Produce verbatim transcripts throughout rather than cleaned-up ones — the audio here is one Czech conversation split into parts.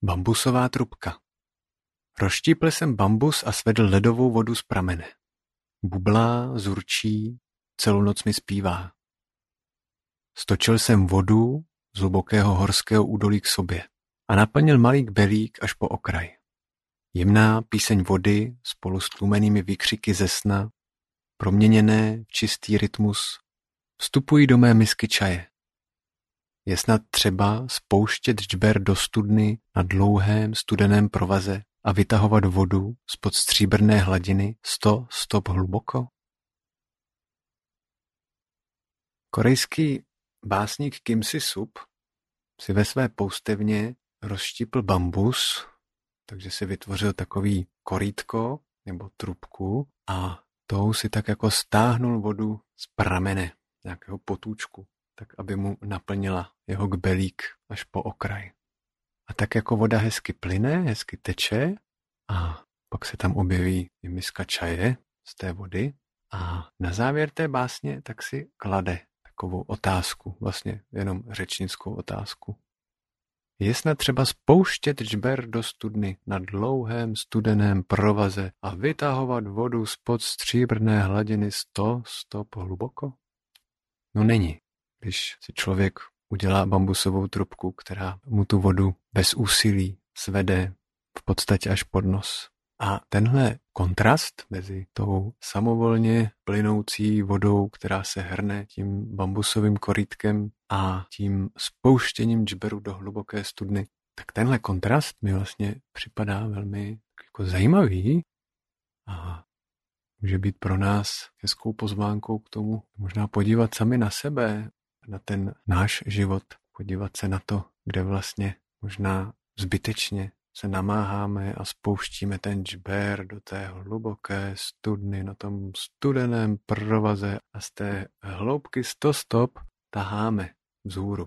Bambusová trubka. Rozštípl jsem bambus a svedl ledovou vodu z pramene. Bublá, zurčí, celou noc mi zpívá. Stočil jsem vodu z hlubokého horského údolí k sobě a naplnil malý kbelík až po okraj. Jemná píseň vody spolu s tlumenými výkřiky ze sna, proměněné v čistý rytmus, vstupují do mé misky čaje. Je snad třeba spouštět džber do studny na dlouhém studeném provaze a vytahovat vodu spod stříbrné hladiny sto stop hluboko? Korejský básník Kim Si-sup si ve své poustevně rozštípl bambus, takže si vytvořil takový korýtko nebo trubku a tou si tak jako stáhnul vodu z pramene, nějakého potůčku, tak aby mu naplnila jeho kbelík až po okraj. A tak jako voda hezky plyne, hezky teče a pak se tam objeví i miska čaje z té vody a na závěr té básně tak si klade takovou otázku, vlastně jenom řečnickou otázku. Je snad třeba spouštět džber do studny na dlouhém studeném provaze a vytahovat vodu spod stříbrné hladiny sto stop hluboko? No není, když si člověk udělá bambusovou trubku, která mu tu vodu bez úsilí svede v podstatě až pod nos. A tenhle kontrast mezi tou samovolně plynoucí vodou, která se hrne tím bambusovým korýtkem a tím spouštěním džberu do hluboké studny, tak tenhle kontrast mi vlastně připadá velmi jako zajímavý a může být pro nás hezkou pozvánkou k tomu možná podívat sami na sebe, na ten náš život, podívat se na to, kde vlastně možná zbytečně se namáháme a spouštíme ten džber do té hluboké studny na tom studeném provaze a z té hloubky sto stop taháme vzhůru.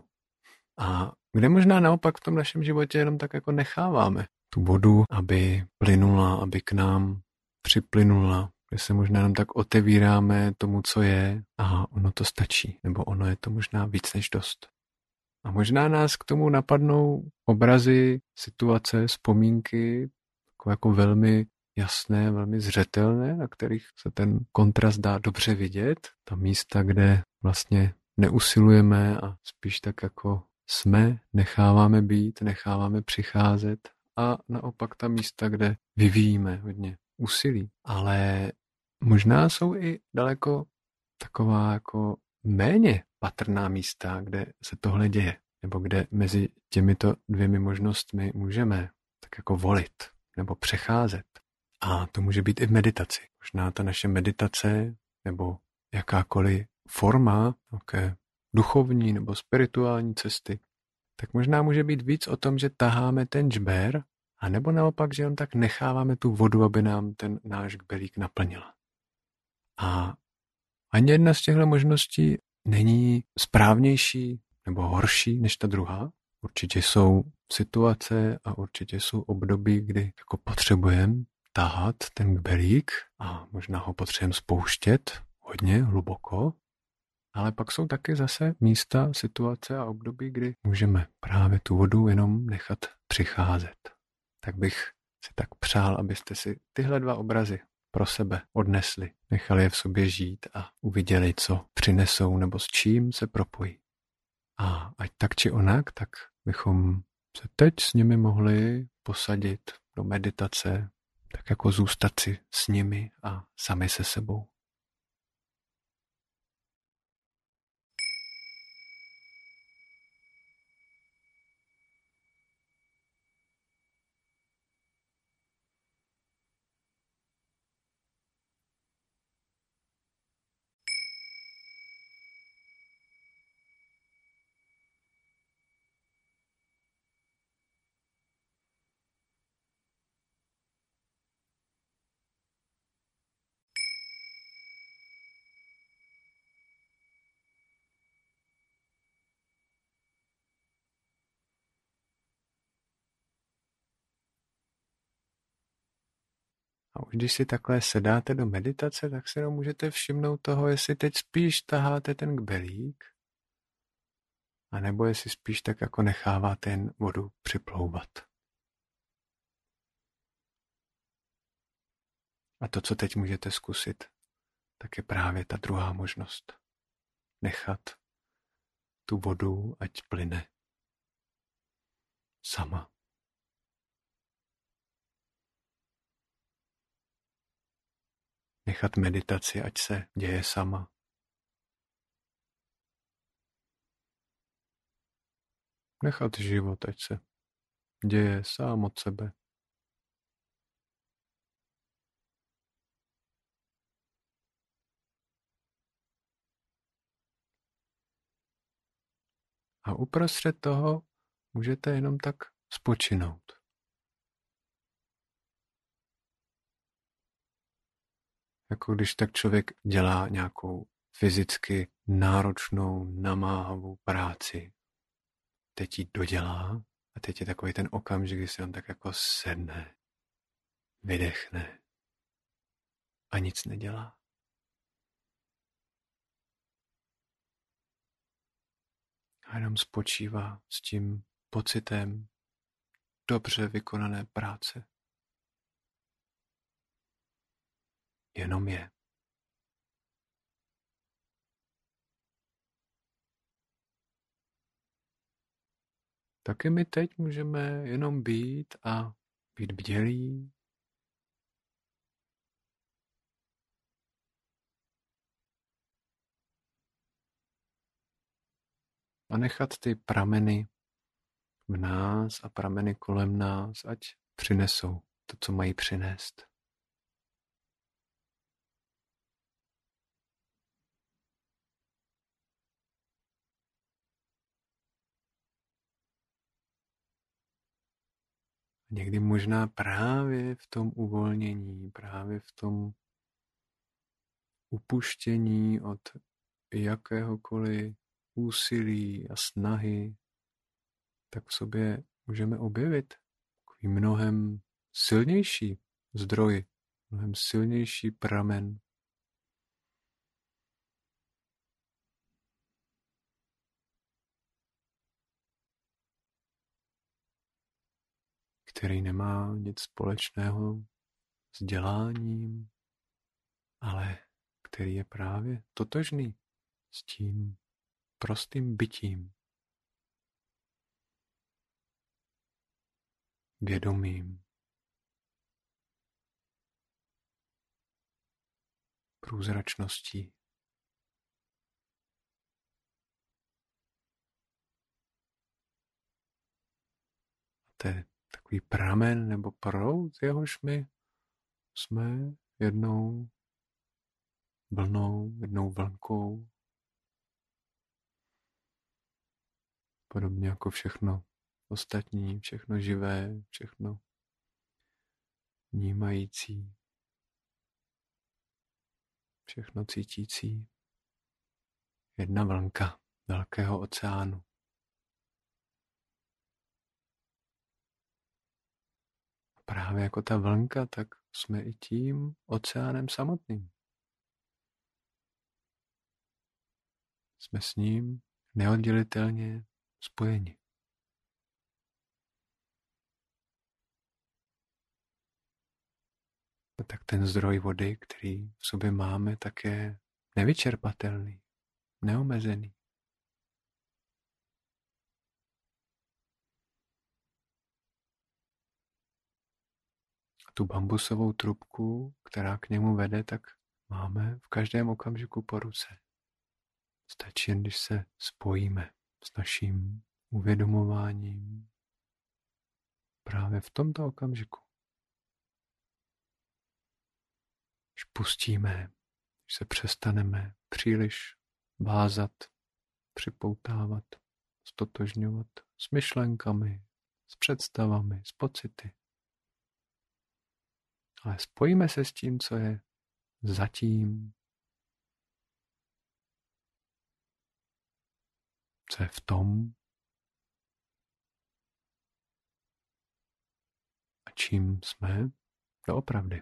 A kde možná naopak v tom našem životě jenom tak jako necháváme tu vodu, aby plynula, aby k nám připlynula, kde se možná jenom tak otevíráme tomu, co je a ono to stačí, nebo ono je to možná víc než dost. A možná nás k tomu napadnou obrazy, situace, vzpomínky, jako, jako velmi jasné, velmi zřetelné, na kterých se ten kontrast dá dobře vidět. Ta místa, kde vlastně neusilujeme a spíš tak jako jsme, necháváme být, necháváme přicházet a naopak ta místa, kde vyvíjíme hodně úsilí. Ale možná jsou i daleko taková jako méně patrná místa, kde se tohle děje, nebo kde mezi těmito dvěmi možnostmi můžeme tak jako volit nebo přecházet. A to může být i v meditaci. Možná ta naše meditace nebo jakákoliv forma také duchovní nebo spirituální cesty, tak možná může být víc o tom, že taháme ten džber, a nebo naopak, že jen tak necháváme tu vodu, aby nám ten náš kbelík naplnila. A ani jedna z těchto možností není správnější nebo horší než ta druhá. Určitě jsou situace a určitě jsou období, kdy jako potřebujeme tahat ten kbelík a možná ho potřebujeme spouštět hodně hluboko, ale pak jsou taky zase místa, situace a období, kdy můžeme právě tu vodu jenom nechat přicházet. Tak bych si tak přál, abyste si tyhle dva obrazy pro sebe odnesli, nechali je v sobě žít a uviděli, co přinesou nebo s čím se propojí. A ať tak či onak, tak bychom se teď s nimi mohli posadit do meditace, tak jako zůstat si s nimi a sami se sebou. A už když si takhle sedáte do meditace, tak si jenom můžete všimnout toho, jestli teď spíš taháte ten kbelík, anebo jestli spíš tak jako necháváte jen vodu připlouvat. A to, co teď můžete zkusit, tak je právě ta druhá možnost. Nechat tu vodu, ať plyne sama. Nechat meditaci, ať se děje sama. Nechat život, ať se děje sám od sebe. A uprostřed toho můžete jenom tak spočinout. Jako když tak člověk dělá nějakou fyzicky náročnou, namáhavou práci. Teď ji dodělá a teď je takový ten okamžik, kdy se on tak jako sedne, vydechne a nic nedělá. A jenom spočívá s tím pocitem dobře vykonané práce. Jenom je. Taky my teď můžeme jenom být a být bdělí. A nechat ty prameny v nás a prameny kolem nás, ať přinesou to, co mají přinést. Někdy možná právě v tom uvolnění, právě v tom upuštění od jakéhokoliv úsilí a snahy, tak v sobě můžeme objevit takový mnohem silnější zdroj, mnohem silnější pramen, který nemá nic společného s děláním, ale který je právě totožný s tím prostým bytím, vědomím, průzračností. A to je takový pramen nebo proud, jehož my jsme jednou vlnou, jednou vlnkou, podobně jako všechno ostatní, všechno živé, všechno vnímající, všechno cítící. Jedna vlnka velkého oceánu. A právě jako ta vlnka, tak jsme i tím oceánem samotným. Jsme s ním neoddělitelně spojeni. A tak ten zdroj vody, který v sobě máme, tak je nevyčerpatelný, neomezený. A tu bambusovou trubku, která k němu vede, tak máme v každém okamžiku po ruce. Stačí jen, když se spojíme s naším uvědomováním právě v tomto okamžiku. Když pustíme, když se přestaneme příliš vázat, připoutávat, stotožňovat s myšlenkami, s představami, s pocity. Ale spojíme se s tím, co je zatím, co je v tom a čím jsme doopravdy.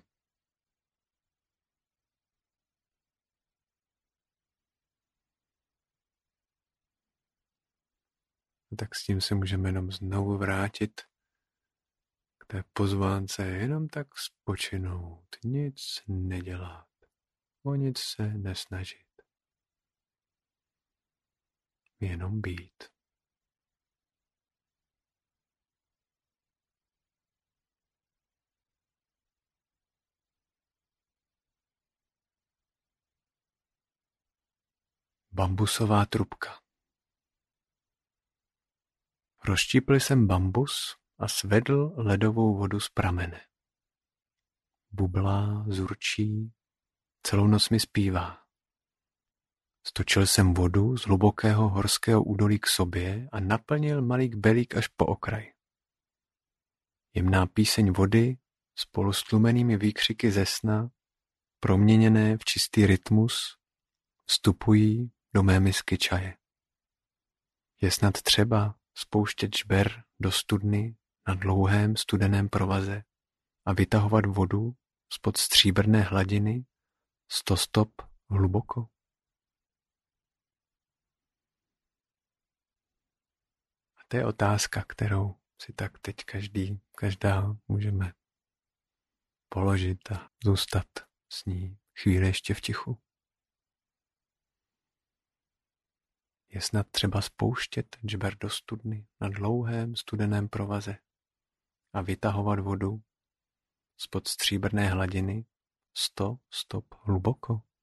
A tak s tím se můžeme jenom znovu vrátit k té pozvánce jenom tak spočinout, nic nedělat, o nic se nesnažit. Jenom být. Bambusová trubka. Rozštípl jsem bambus a svedl ledovou vodu z pramene. Bublá, zurčí, celou noc mi zpívá. Stočil jsem vodu z hlubokého horského údolí k sobě a naplnil malý kbelík až po okraj. Jemná píseň vody spolu s tlumenými výkřiky ze sna, proměněné v čistý rytmus, vstupují do mé misky čaje. Je snad třeba spouštět žber do studny na dlouhém studeném provaze a vytahovat vodu spod stříbrné hladiny sto stop hluboko? A to je otázka, kterou si tak teď každý, každá můžeme položit a zůstat s ní chvíli ještě v tichu. Je snad třeba spouštět žber do studny na dlouhém studeném provaze a vytahovat vodu spod stříbrné hladiny sto stop hluboko?